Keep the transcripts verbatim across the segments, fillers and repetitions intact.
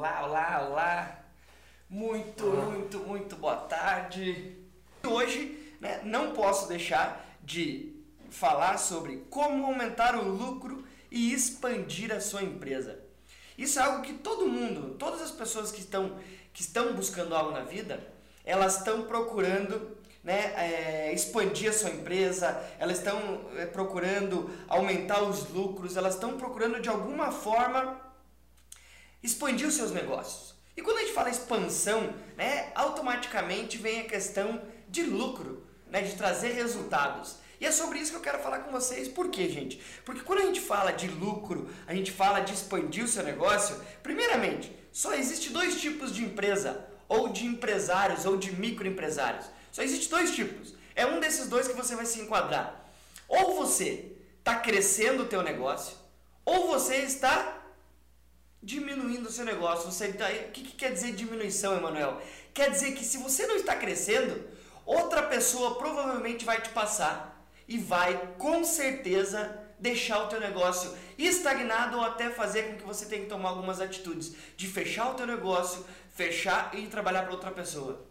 Olá, olá, olá. Muito, Olá. muito, muito boa tarde. Hoje, né, não posso deixar de falar sobre como aumentar o lucro e expandir a sua empresa. Isso é algo que todo mundo, todas as pessoas que estão, que estão buscando algo na vida, elas estão procurando, né, é, expandir a sua empresa, elas estão é, procurando aumentar os lucros, elas estão procurando de alguma forma expandir os seus negócios. E quando a gente fala expansão, né, automaticamente vem a questão de lucro, né, de trazer resultados. E é sobre isso que eu quero falar com vocês. Por quê, gente? Porque quando a gente fala de lucro, a gente fala de expandir o seu negócio, primeiramente, só existe dois tipos de empresa, ou de empresários, ou de microempresários. Só existe dois tipos. É um desses dois que você vai se enquadrar. Ou você está crescendo o teu negócio, ou você está diminuindo o seu negócio. Você tá, o que, que quer dizer diminuição, Emanuel? Quer dizer que se você não está crescendo, outra pessoa provavelmente vai te passar e vai, com certeza, deixar o teu negócio estagnado ou até fazer com que você tenha que tomar algumas atitudes de fechar o teu negócio, fechar e trabalhar para outra pessoa.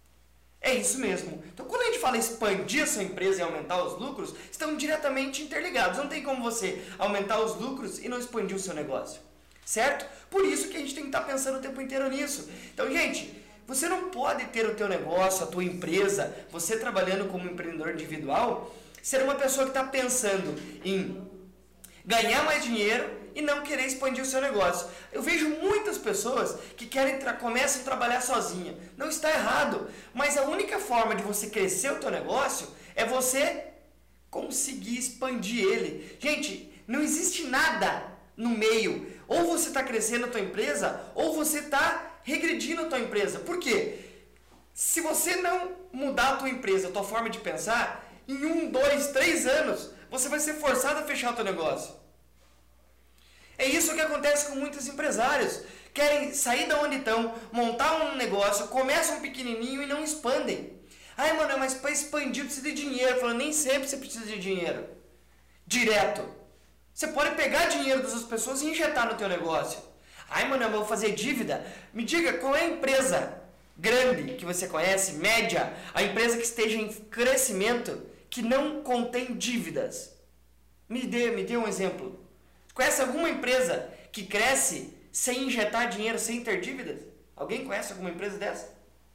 É isso mesmo. Então, quando a gente fala expandir a sua empresa e aumentar os lucros, estão diretamente interligados. Não tem como você aumentar os lucros e não expandir o seu negócio. Certo? Por isso que a gente tem que estar pensando o tempo inteiro nisso. Então, gente, você não pode ter o teu negócio, a tua empresa, você trabalhando como empreendedor individual, ser uma pessoa que está pensando em ganhar mais dinheiro e não querer expandir o seu negócio. Eu vejo muitas pessoas que querem tra- começam a trabalhar sozinha. Não está errado, mas a única forma de você crescer o teu negócio é você conseguir expandir ele. Gente, não existe nada no meio. Ou você está crescendo a tua empresa, ou você está regredindo a tua empresa. Por quê? Se você não mudar a tua empresa, a tua forma de pensar, em um, dois, três anos, você vai ser forçado a fechar o teu negócio. É isso que acontece com muitos empresários. Querem sair da onde estão, montar um negócio, começam pequenininho e não expandem. Ai, mano, mas para expandir precisa de dinheiro. Falando, nem sempre você precisa de dinheiro. Direto. Você pode pegar dinheiro das outras pessoas e injetar no teu negócio. Ai, mano, eu vou fazer dívida. Me diga, qual é a empresa grande que você conhece, média, a empresa que esteja em crescimento, que não contém dívidas? Me dê, me dê um exemplo. Conhece alguma empresa que cresce sem injetar dinheiro, sem ter dívidas? Alguém conhece alguma empresa dessa?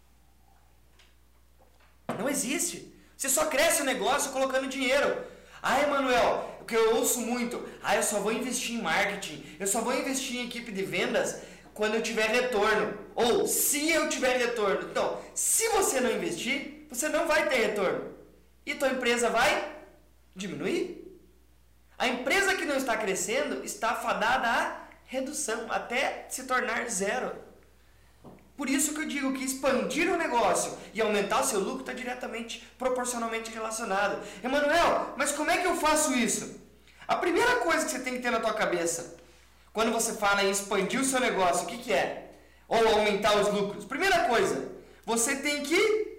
Não existe. Você só cresce o negócio colocando dinheiro. Ah, Emanuel, o que eu ouço muito, ah, eu só vou investir em marketing, eu só vou investir em equipe de vendas quando eu tiver retorno. Ou se eu tiver retorno. Então, se você não investir, você não vai ter retorno. E tua empresa vai diminuir. A empresa que não está crescendo está fadada à redução, até se tornar zero. Por isso que eu digo que expandir o negócio e aumentar o seu lucro está diretamente, proporcionalmente relacionado. Emanuel, mas como é que eu faço isso? A primeira coisa que você tem que ter na tua cabeça, quando você fala em expandir o seu negócio, o que, que é? Ou aumentar os lucros. Primeira coisa, você tem que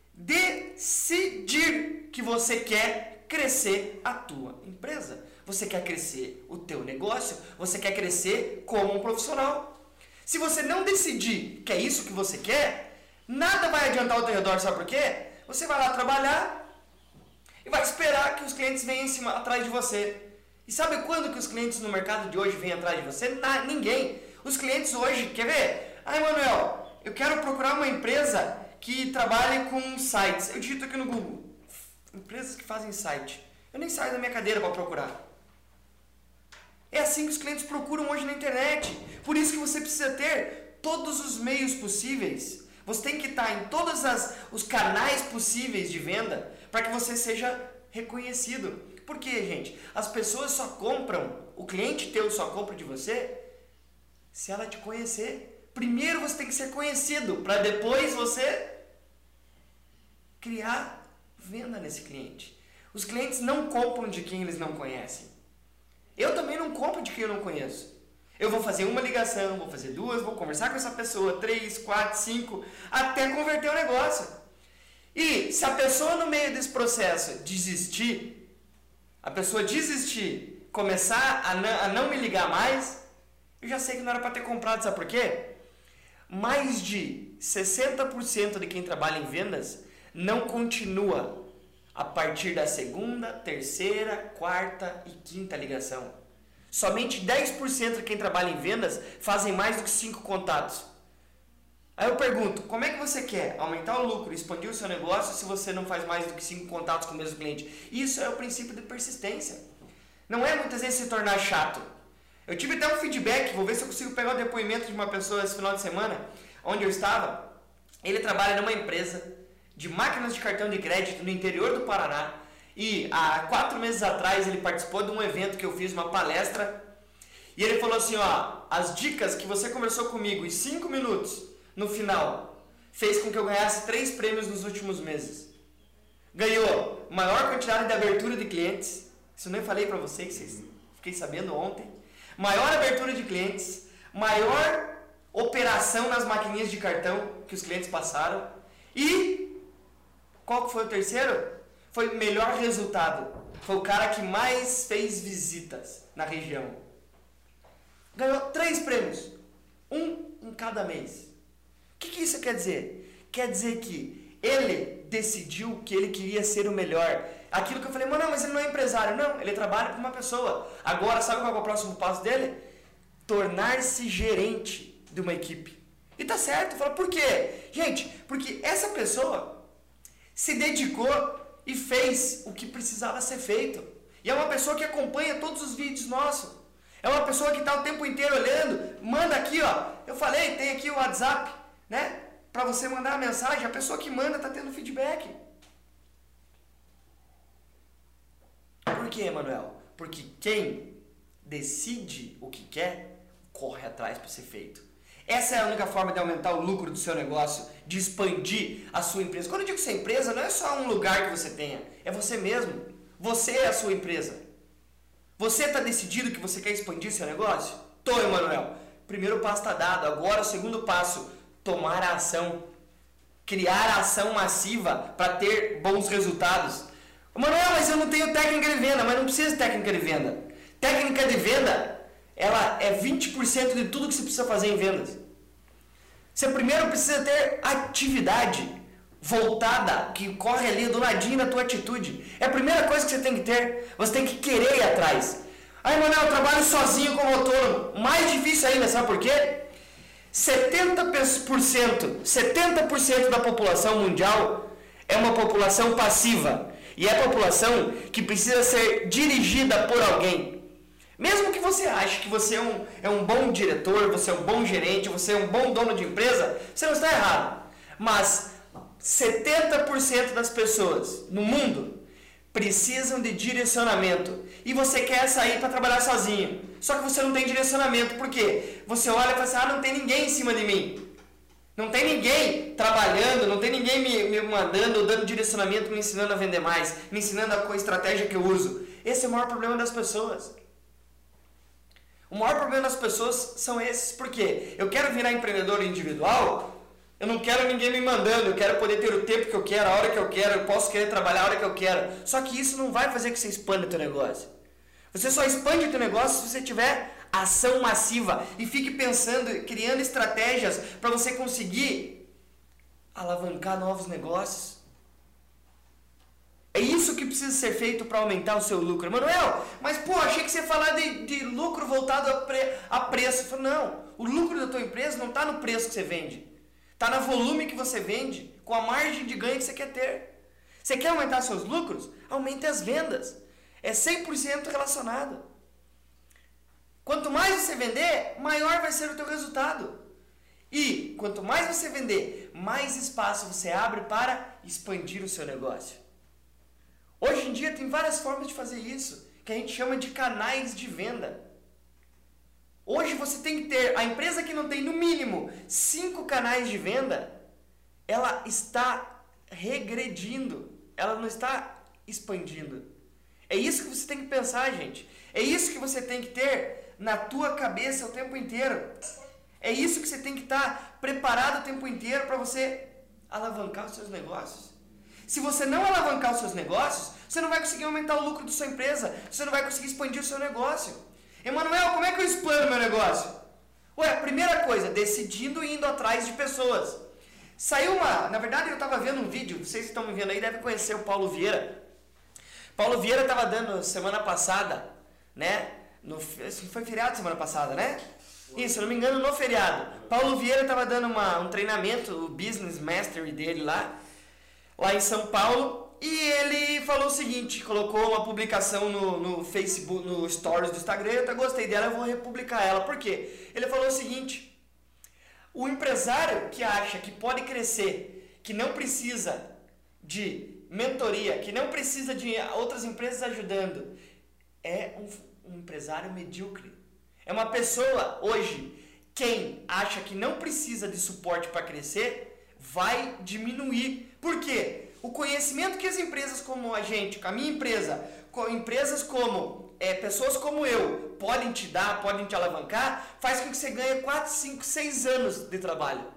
decidir que você quer crescer a tua empresa. Você quer crescer o teu negócio, você quer crescer como um profissional. Se você não decidir que é isso que você quer, nada vai adiantar ao teu redor, sabe por quê? Você vai lá trabalhar e vai esperar que os clientes venham em cima, atrás de você. E sabe quando que os clientes no mercado de hoje vêm atrás de você? Na, ninguém. Os clientes hoje, quer ver? Ah, Emanuel, eu quero procurar uma empresa que trabalhe com sites. Eu digito aqui no Google, empresas que fazem site. Eu nem saio da minha cadeira para procurar. É assim que os clientes procuram hoje na internet. Por isso que você precisa ter todos os meios possíveis. Você tem que estar em todos as, os canais possíveis de venda para que você seja reconhecido. Por quê, gente? As pessoas só compram, o cliente teu só compra de você se ela te conhecer. Primeiro você tem que ser conhecido para depois você criar venda nesse cliente. Os clientes não compram de quem eles não conhecem. Eu também não compro de quem eu não conheço. Eu vou fazer uma ligação, vou fazer duas, vou conversar com essa pessoa, três, quatro, cinco, até converter o negócio. E se a pessoa no meio desse processo desistir, a pessoa desistir, começar a não, a não me ligar mais, eu já sei que não era para ter comprado, sabe por quê? mais de sessenta por cento de quem trabalha em vendas não continua a partir da segunda, terceira, quarta e quinta ligação. Somente dez por cento de quem trabalha em vendas fazem mais do que cinco contatos. Aí eu pergunto, como é que você quer aumentar o lucro, expandir o seu negócio se você não faz mais do que cinco contatos com o mesmo cliente? Isso é o princípio de persistência. Não é muitas vezes se tornar chato. Eu tive até um feedback, vou ver se eu consigo pegar o depoimento de uma pessoa esse final de semana, onde eu estava. Ele trabalha numa empresa de máquinas de cartão de crédito no interior do Paraná. E há quatro meses atrás ele participou de um evento que eu fiz, uma palestra. E ele falou assim, ó, as dicas que você conversou comigo em cinco minutos, no final, fez com que eu ganhasse três prêmios nos últimos meses. Ganhou maior quantidade de abertura de clientes. Isso eu nem falei para vocês, vocês fiquei sabendo ontem. Maior abertura de clientes, maior operação nas maquininhas de cartão que os clientes passaram. E qual que foi o terceiro? Foi o melhor resultado. Foi o cara que mais fez visitas na região. Ganhou três prêmios. Um em cada mês. O que, que isso quer dizer? Quer dizer que ele decidiu que ele queria ser o melhor. Aquilo que eu falei, mas não, mas ele não é empresário. Não, ele trabalha com uma pessoa. Agora, sabe qual é o próximo passo dele? Tornar-se gerente de uma equipe. E tá certo. Fala, por quê? Gente, porque essa pessoa se dedicou e fez o que precisava ser feito. E é uma pessoa que acompanha todos os vídeos nossos. É uma pessoa que está o tempo inteiro olhando. Manda aqui, ó. Eu falei, tem aqui o WhatsApp, né? Para você mandar a mensagem. A pessoa que manda está tendo feedback. Por quê, Manuel? Porque quem decide o que quer, corre atrás para ser feito. Essa é a única forma de aumentar o lucro do seu negócio, de expandir a sua empresa. Quando eu digo sua empresa, não é só um lugar que você tenha, é você mesmo. Você é a sua empresa. Você está decidido que você quer expandir seu negócio? Tô, Emanuel. Primeiro passo está dado. Agora o segundo passo, tomar a ação. Criar a ação massiva para ter bons resultados. Emanuel, mas eu não tenho técnica de venda. Mas não precisa de técnica de venda. Técnica de venda, ela é vinte por cento de tudo que você precisa fazer em vendas. Você primeiro precisa ter atividade voltada, que corre ali do ladinho da tua atitude. É a primeira coisa que você tem que ter. Você tem que querer ir atrás. Aí, Manuel, eu trabalho sozinho como autônomo. Mais difícil ainda, sabe por quê? setenta por cento, setenta por cento da população mundial é uma população passiva. E é a população que precisa ser dirigida por alguém. Mesmo que você ache que você é um, é um bom diretor, você é um bom gerente, você é um bom dono de empresa, você não está errado. Mas setenta por cento das pessoas no mundo precisam de direcionamento. E você quer sair para trabalhar sozinho. Só que você não tem direcionamento. Por quê? Você olha e fala assim, ah, não tem ninguém em cima de mim. Não tem ninguém trabalhando, não tem ninguém me, me mandando, dando direcionamento, me ensinando a vender mais, me ensinando a estratégia que eu uso. Esse é o maior problema das pessoas. O maior problema das pessoas são esses. Por quê? Eu quero virar empreendedor individual, eu não quero ninguém me mandando, eu quero poder ter o tempo que eu quero, a hora que eu quero, eu posso querer trabalhar a hora que eu quero. Só que isso não vai fazer que você expanda o teu negócio. Você só expande o teu negócio se você tiver ação massiva e fique pensando, criando estratégias para você conseguir alavancar novos negócios. É isso que precisa ser feito para aumentar o seu lucro. Manuel, mas pô, achei que você ia falar de, de lucro voltado a, pre, a preço. Eu falo, não, o lucro da tua empresa não está no preço que você vende. Está no volume que você vende, com a margem de ganho que você quer ter. Você quer aumentar seus lucros? Aumente as vendas. É cem por cento relacionado. Quanto mais você vender, maior vai ser o teu resultado. E quanto mais você vender, mais espaço você abre para expandir o seu negócio. Hoje em dia tem várias formas de fazer isso, que a gente chama de canais de venda. Hoje você tem que ter, a empresa que não tem no mínimo cinco canais de venda, ela está regredindo, ela não está expandindo. É isso que você tem que pensar, gente. É isso que você tem que ter na tua cabeça o tempo inteiro. É isso que você tem que estar preparado o tempo inteiro para você alavancar os seus negócios. Se você não alavancar os seus negócios, você não vai conseguir aumentar o lucro da sua empresa, você não vai conseguir expandir o seu negócio. Emanuel, como é que eu expando meu negócio? Ué, primeira coisa, decidindo e indo atrás de pessoas. Saiu uma... Na verdade, eu estava vendo um vídeo, vocês que estão me vendo aí devem conhecer o Paulo Vieira. Paulo Vieira estava dando semana passada, né? No, foi feriado semana passada, né? Isso, se não me engano, no feriado. Paulo Vieira estava dando uma, um treinamento, o Business Mastery dele lá, lá em São Paulo. E ele falou o seguinte, colocou uma publicação no, no Facebook, no Stories do Instagram, eu até gostei dela, eu vou republicar ela. Por quê? Ele falou o seguinte, o empresário que acha que pode crescer, que não precisa de mentoria, que não precisa de outras empresas ajudando, é um, um empresário medíocre. É uma pessoa, hoje, quem acha que não precisa de suporte para crescer, vai diminuir. Por quê? O conhecimento que as empresas como a gente, a minha empresa, empresas como, é, pessoas como eu, podem te dar, podem te alavancar, faz com que você ganhe quatro, cinco, seis anos de trabalho.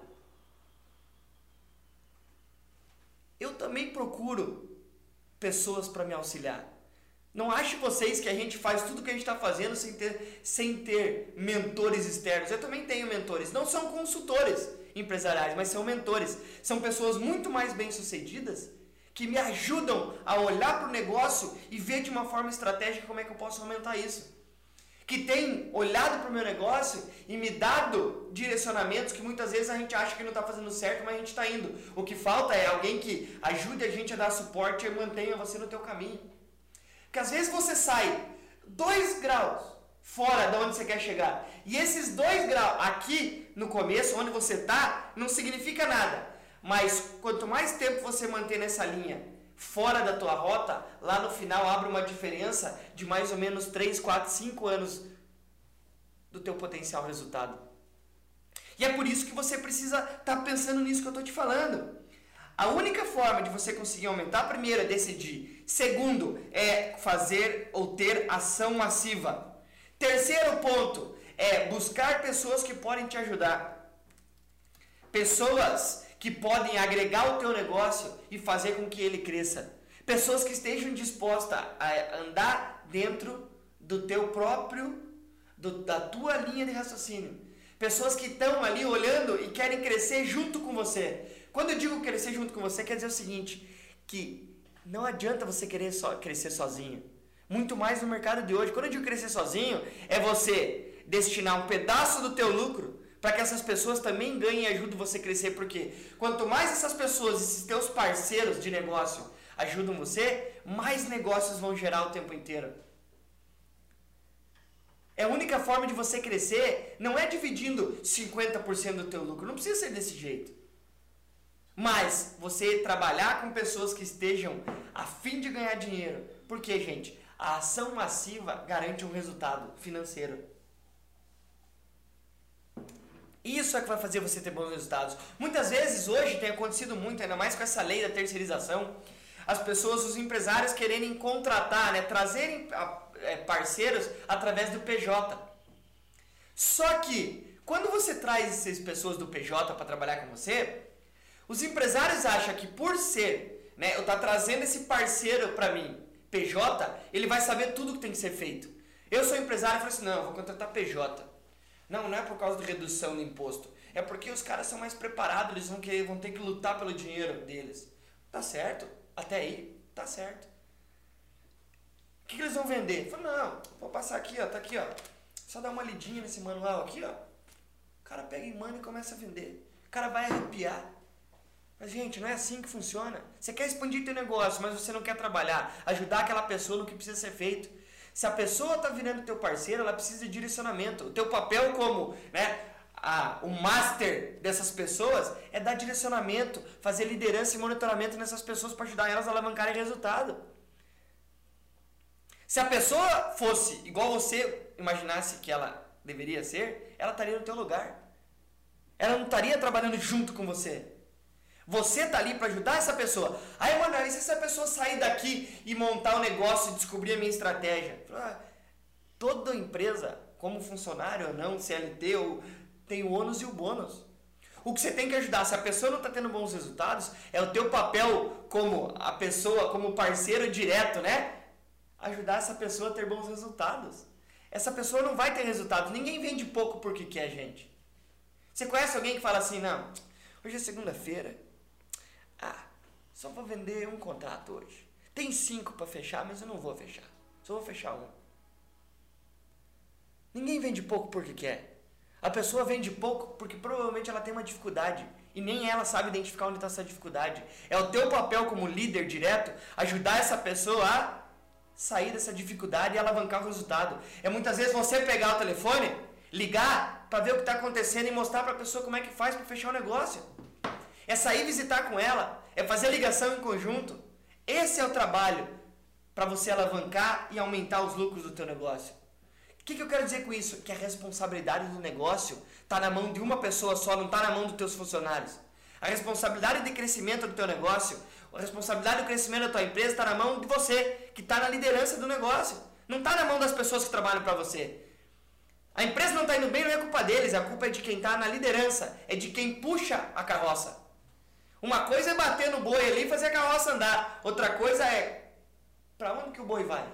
Eu também procuro pessoas para me auxiliar. Não ache vocês que a gente faz tudo o que a gente está fazendo sem ter, sem ter mentores externos. Eu também tenho mentores. Não são consultores empresariais, mas são mentores. São pessoas muito mais bem-sucedidas que me ajudam a olhar para o negócio e ver de uma forma estratégica como é que eu posso aumentar isso. Que tem olhado para o meu negócio e me dado direcionamentos que muitas vezes a gente acha que não está fazendo certo, mas a gente está indo. O que falta é alguém que ajude a gente a dar suporte e mantenha você no teu caminho. Porque às vezes você sai dois graus fora de onde você quer chegar. E esses dois graus aqui no começo, onde você está, não significa nada. Mas quanto mais tempo você manter nessa linha fora da tua rota, lá no final abre uma diferença de mais ou menos três, quatro, cinco anos do teu potencial resultado. E é por isso que você precisa estar pensando nisso que eu estou te falando. A única forma de você conseguir aumentar, primeiro, é decidir. Segundo, é fazer ou ter ação massiva. Terceiro ponto, é buscar pessoas que podem te ajudar. Pessoas que podem agregar o teu negócio e fazer com que ele cresça. Pessoas que estejam dispostas a andar dentro do teu próprio, do, da tua linha de raciocínio. Pessoas que estão ali olhando e querem crescer junto com você. Quando eu digo crescer junto com você, quer dizer o seguinte, que não adianta você querer só, crescer sozinho. Muito mais no mercado de hoje. Quando eu digo crescer sozinho, é você destinar um pedaço do teu lucro para que essas pessoas também ganhem e ajudem você a crescer. Porque quanto mais essas pessoas, esses teus parceiros de negócio ajudam você, mais negócios vão gerar o tempo inteiro. É a única forma de você crescer, não é dividindo cinquenta por cento do teu lucro. Não precisa ser desse jeito. Mas você trabalhar com pessoas que estejam a fim de ganhar dinheiro. Porque, gente, a ação massiva garante um resultado financeiro. Isso é que vai fazer você ter bons resultados. Muitas vezes, hoje, tem acontecido muito, ainda mais com essa lei da terceirização, as pessoas, os empresários quererem contratar, né, trazerem parceiros através do P J. Só que, quando você traz essas pessoas do P J para trabalhar com você, os empresários acham que por ser, né, eu estou trazendo esse parceiro para mim, P J, ele vai saber tudo que tem que ser feito. Eu sou empresário e falo assim, não, eu vou contratar P J. Não, não é por causa de redução do imposto. É porque os caras são mais preparados, eles vão, querer, vão ter que lutar pelo dinheiro deles. Tá certo, até aí, tá certo. O que, que eles vão vender? Eu falo, não, vou passar aqui, ó, tá aqui, ó. Só dar uma lidinha nesse manual aqui, ó. O cara pega e manda e começa a vender. O cara vai arrepiar. Mas, gente, não é assim que funciona. Você quer expandir teu negócio, mas você não quer trabalhar, ajudar aquela pessoa no que precisa ser feito. Se a pessoa está virando teu parceiro, ela precisa de direcionamento. O teu papel como, né, a, o master dessas pessoas é dar direcionamento, fazer liderança e monitoramento nessas pessoas para ajudar elas a alavancarem resultado. Se a pessoa fosse igual você imaginasse que ela deveria ser, ela estaria no teu lugar. Ela não estaria trabalhando junto com você. Você está ali para ajudar essa pessoa. Aí, mano, e se essa pessoa sair daqui e montar um negócio e descobrir a minha estratégia? Ah, toda empresa, como funcionário ou não, C L T, ou, tem o ônus e o bônus. O que você tem que ajudar, se a pessoa não está tendo bons resultados, é o teu papel como a pessoa, como parceiro direto, né? Ajudar essa pessoa a ter bons resultados. Essa pessoa não vai ter resultados. Ninguém vende pouco porque quer, gente. Você conhece alguém que fala assim, não, hoje é segunda-feira, ah, só vou vender um contrato hoje. Tem cinco para fechar, mas eu não vou fechar. Só vou fechar um. Ninguém vende pouco porque quer. A pessoa vende pouco porque provavelmente ela tem uma dificuldade. E nem ela sabe identificar onde está essa dificuldade. É o teu papel como líder direto ajudar essa pessoa a sair dessa dificuldade e alavancar o resultado. É muitas vezes você pegar o telefone, ligar para ver o que está acontecendo e mostrar para a pessoa como é que faz para fechar o negócio. É sair visitar com ela, é fazer ligação em conjunto. Esse é o trabalho para você alavancar e aumentar os lucros do teu negócio. O que, que eu quero dizer com isso? Que a responsabilidade do negócio está na mão de uma pessoa só, não está na mão dos teus funcionários. A responsabilidade de crescimento do teu negócio, a responsabilidade do crescimento da tua empresa está na mão de você, que está na liderança do negócio. Não está na mão das pessoas que trabalham para você. A empresa não está indo bem, não é culpa deles, a culpa é de quem está na liderança, é de quem puxa a carroça. Uma coisa é bater no boi ali e fazer a carroça andar, outra coisa é para onde que o boi vai?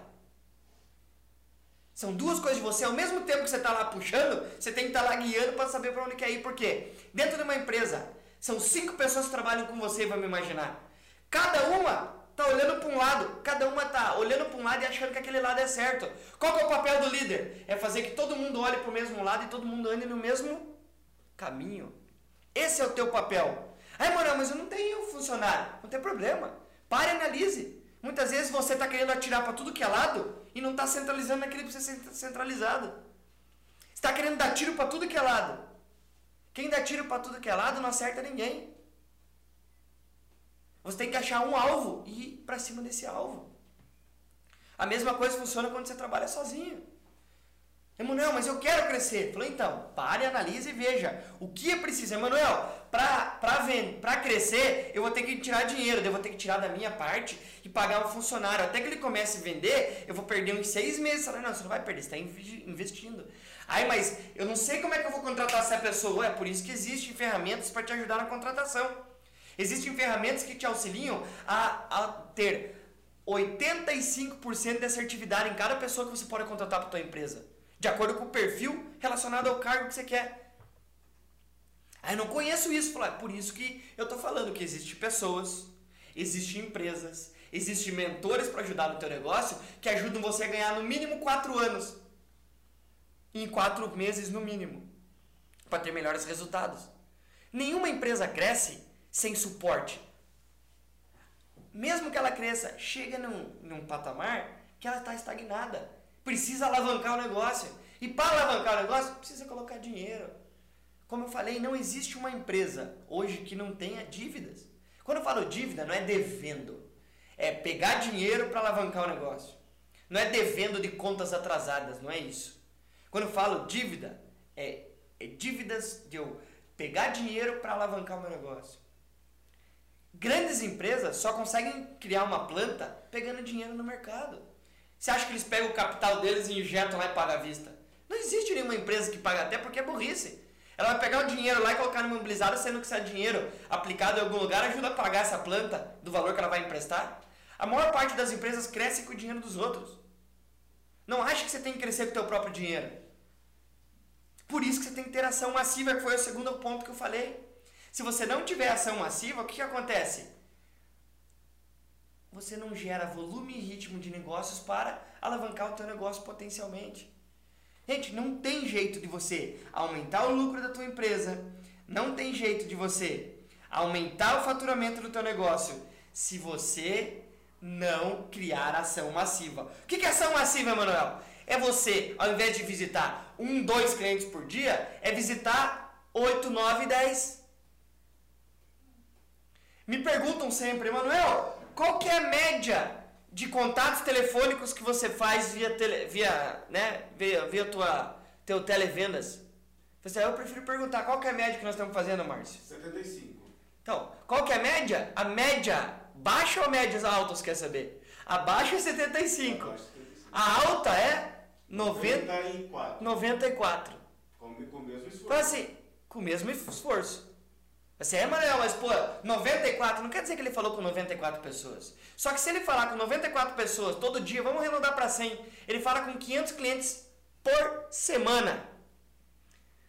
São duas coisas de você. Ao mesmo tempo que você está lá puxando, você tem que estar lá guiando para saber para onde quer ir. Por quê? Dentro de uma empresa, são cinco pessoas que trabalham com você, vamos imaginar. Cada uma está olhando para um lado. Cada uma está olhando para um lado e achando que aquele lado é certo. Qual que é o papel do líder? É fazer que todo mundo olhe para o mesmo lado e todo mundo ande no mesmo caminho. Esse é o teu papel. Aí, mano, mas eu não tenho funcionário. Não tem problema. Pare e analise. Muitas vezes você está querendo atirar para tudo que é lado e não está centralizando naquele que precisa ser centralizado. Você está querendo dar tiro para tudo que é lado. Quem dá tiro para tudo que é lado não acerta ninguém. Você tem que achar um alvo e ir para cima desse alvo. A mesma coisa funciona quando você trabalha sozinho. Emanuel, mas eu quero crescer. Falei, então, pare, analise e veja. O que é preciso? Emanuel, para crescer, eu vou ter que tirar dinheiro, eu vou ter que tirar da minha parte e pagar um funcionário. Até que ele comece a vender, eu vou perder uns seis meses. Falei, não, você não vai perder, você está investindo. Aí, mas eu não sei como é que eu vou contratar essa pessoa. É por isso que existem ferramentas para te ajudar na contratação. Existem ferramentas que te auxiliam a, a ter oitenta e cinco por cento de assertividade em cada pessoa que você pode contratar para a tua empresa. De acordo com o perfil relacionado ao cargo que você quer. Ah, eu não conheço isso. Falar, por isso que eu estou falando que existem pessoas, existem empresas, existem mentores para ajudar no teu negócio que ajudam você a ganhar no mínimo quatro anos. Em quatro meses no mínimo. Para ter melhores resultados. Nenhuma empresa cresce sem suporte. Mesmo que ela cresça, chega num, num patamar que ela está estagnada. Precisa alavancar o negócio. E para alavancar o negócio, precisa colocar dinheiro. Como eu falei, não existe uma empresa hoje que não tenha dívidas. Quando eu falo dívida, não é devendo. É pegar dinheiro para alavancar o negócio. Não é devendo de contas atrasadas, não é isso. Quando eu falo dívida, é, é dívidas de eu pegar dinheiro para alavancar o meu negócio. Grandes empresas só conseguem criar uma planta pegando dinheiro no mercado. Você acha que eles pegam o capital deles e injetam lá e pagam à vista? Não existe nenhuma empresa que paga, até porque é burrice. Ela vai pegar o dinheiro lá e colocar no imobilizado, sendo que esse dinheiro aplicado em algum lugar ajuda a pagar essa planta do valor que ela vai emprestar. A maior parte das empresas cresce com o dinheiro dos outros. Não acha que você tem que crescer com o teu próprio dinheiro. Por isso que você tem que ter ação massiva, que foi o segundo ponto que eu falei. Se você não tiver ação massiva, o que, que acontece? Você não gera volume e ritmo de negócios para alavancar o teu negócio potencialmente. Gente, não tem jeito de você aumentar o lucro da tua empresa, não tem jeito de você aumentar o faturamento do teu negócio se você não criar ação massiva. O que é ação massiva, Emanuel? É você, ao invés de visitar um, dois clientes por dia, é visitar oito, nove, dez. Me perguntam sempre, Emanuel, qual que é a média de contatos telefônicos que você faz via, tele, via, né, via, via tua, teu televendas? Você, eu prefiro perguntar, qual que é a média que nós estamos fazendo, Márcio? setenta e cinco. Então, qual que é a média? A média baixa ou médias altas, quer saber? A baixa é setenta e cinco. A alta é noventa e quatro. noventa e quatro. Com, com o mesmo esforço. Então assim, com o mesmo esforço. Assim, é, Manuel, mas pô, noventa e quatro, não quer dizer que ele falou com noventa e quatro pessoas. Só que se ele falar com noventa e quatro pessoas todo dia, vamos arredondar para cem, ele fala com quinhentos clientes por semana.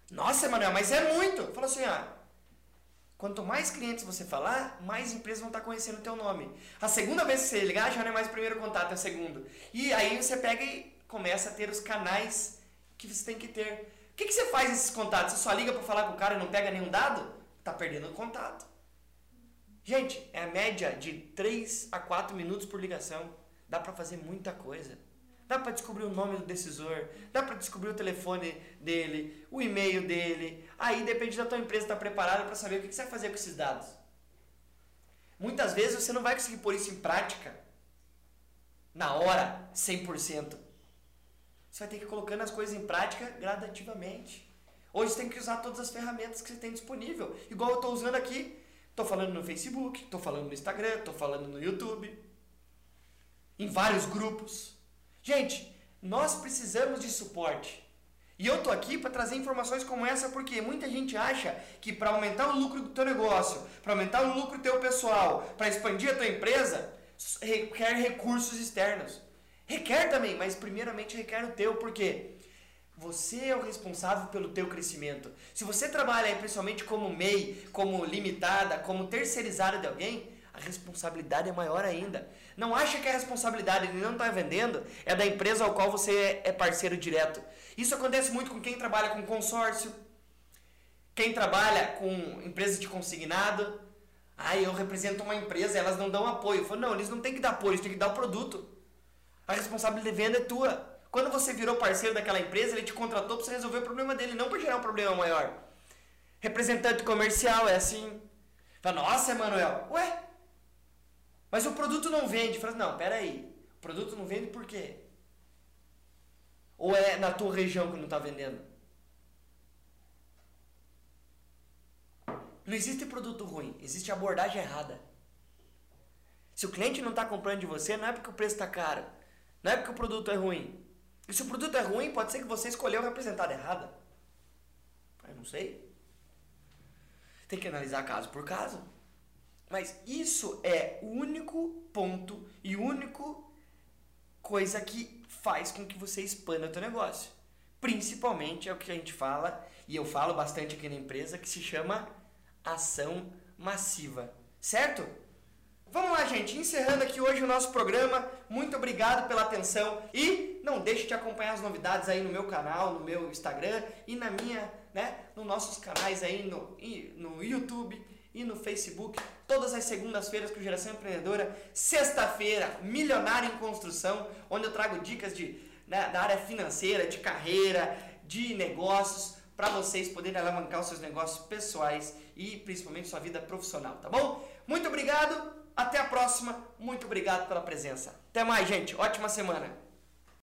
Nossa, Emanuel, mas é muito. Fala assim, ó. Quanto mais clientes você falar, mais empresas vão estar conhecendo o teu nome. A segunda vez que você ligar, já não é mais o primeiro contato, é o segundo. E aí você pega e começa a ter os canais que você tem que ter. O que, que você faz nesses contatos? Você só liga para falar com o cara e não pega nenhum dado? Tá perdendo o contato. Gente, é a média de três a quatro minutos por ligação. Dá para fazer muita coisa. Dá para descobrir o nome do decisor, dá para descobrir o telefone dele, o e-mail dele. Aí depende da tua empresa estar preparada para saber o que você vai fazer com esses dados. Muitas vezes você não vai conseguir pôr isso em prática na hora, cem por cento. Você vai ter que ir colocando as coisas em prática gradativamente. Hoje você tem que usar todas as ferramentas que você tem disponível. Igual eu estou usando aqui. Estou falando no Facebook, estou falando no Instagram, estou falando no YouTube. Em vários grupos. Gente, nós precisamos de suporte. E eu tô aqui para trazer informações como essa porque muita gente acha que para aumentar o lucro do teu negócio, para aumentar o lucro do teu pessoal, para expandir a tua empresa, requer recursos externos. Requer também, mas primeiramente requer o teu, porque você é o responsável pelo teu crescimento. Se você trabalha aí, principalmente como M E I, como limitada, como terceirizada de alguém, a responsabilidade é maior ainda. Não acha que a responsabilidade de não estar vendendo é da empresa ao qual você é parceiro direto. Isso acontece muito com quem trabalha com consórcio, quem trabalha com empresa de consignado. Ah, eu represento uma empresa, elas não dão apoio. Eu falo, não, eles não têm que dar apoio, eles têm que dar o produto. A responsabilidade de venda é tua. Quando você virou parceiro daquela empresa, ele te contratou para você resolver o problema dele, não para gerar um problema maior. Representante comercial é assim. Fala, nossa, Emanuel, ué? Mas o produto não vende. Fala, não, peraí. O produto não vende por quê? Ou é na tua região que não está vendendo? Não existe produto ruim, existe abordagem errada. Se o cliente não está comprando de você, não é porque o preço está caro. Não é porque o produto é ruim. E se o produto é ruim, pode ser que você escolheu a representada errada. Eu não sei. Tem que analisar caso por caso. Mas isso é o único ponto e único coisa que faz com que você expanda o teu negócio. Principalmente é o que a gente fala, e eu falo bastante aqui na empresa, que se chama ação massiva. Certo? Vamos lá, gente. Encerrando aqui hoje o nosso programa. Muito obrigado pela atenção. E não deixe de acompanhar as novidades aí no meu canal, no meu Instagram e na minha, né, nos nossos canais aí no, no YouTube e no Facebook, todas as segundas-feiras com Geração Empreendedora, sexta-feira, Milionário em Construção, onde eu trago dicas de, né, da área financeira, de carreira, de negócios, para vocês poderem alavancar os seus negócios pessoais e principalmente sua vida profissional, tá bom? Muito obrigado, até a próxima, muito obrigado pela presença. Até mais, gente, ótima semana!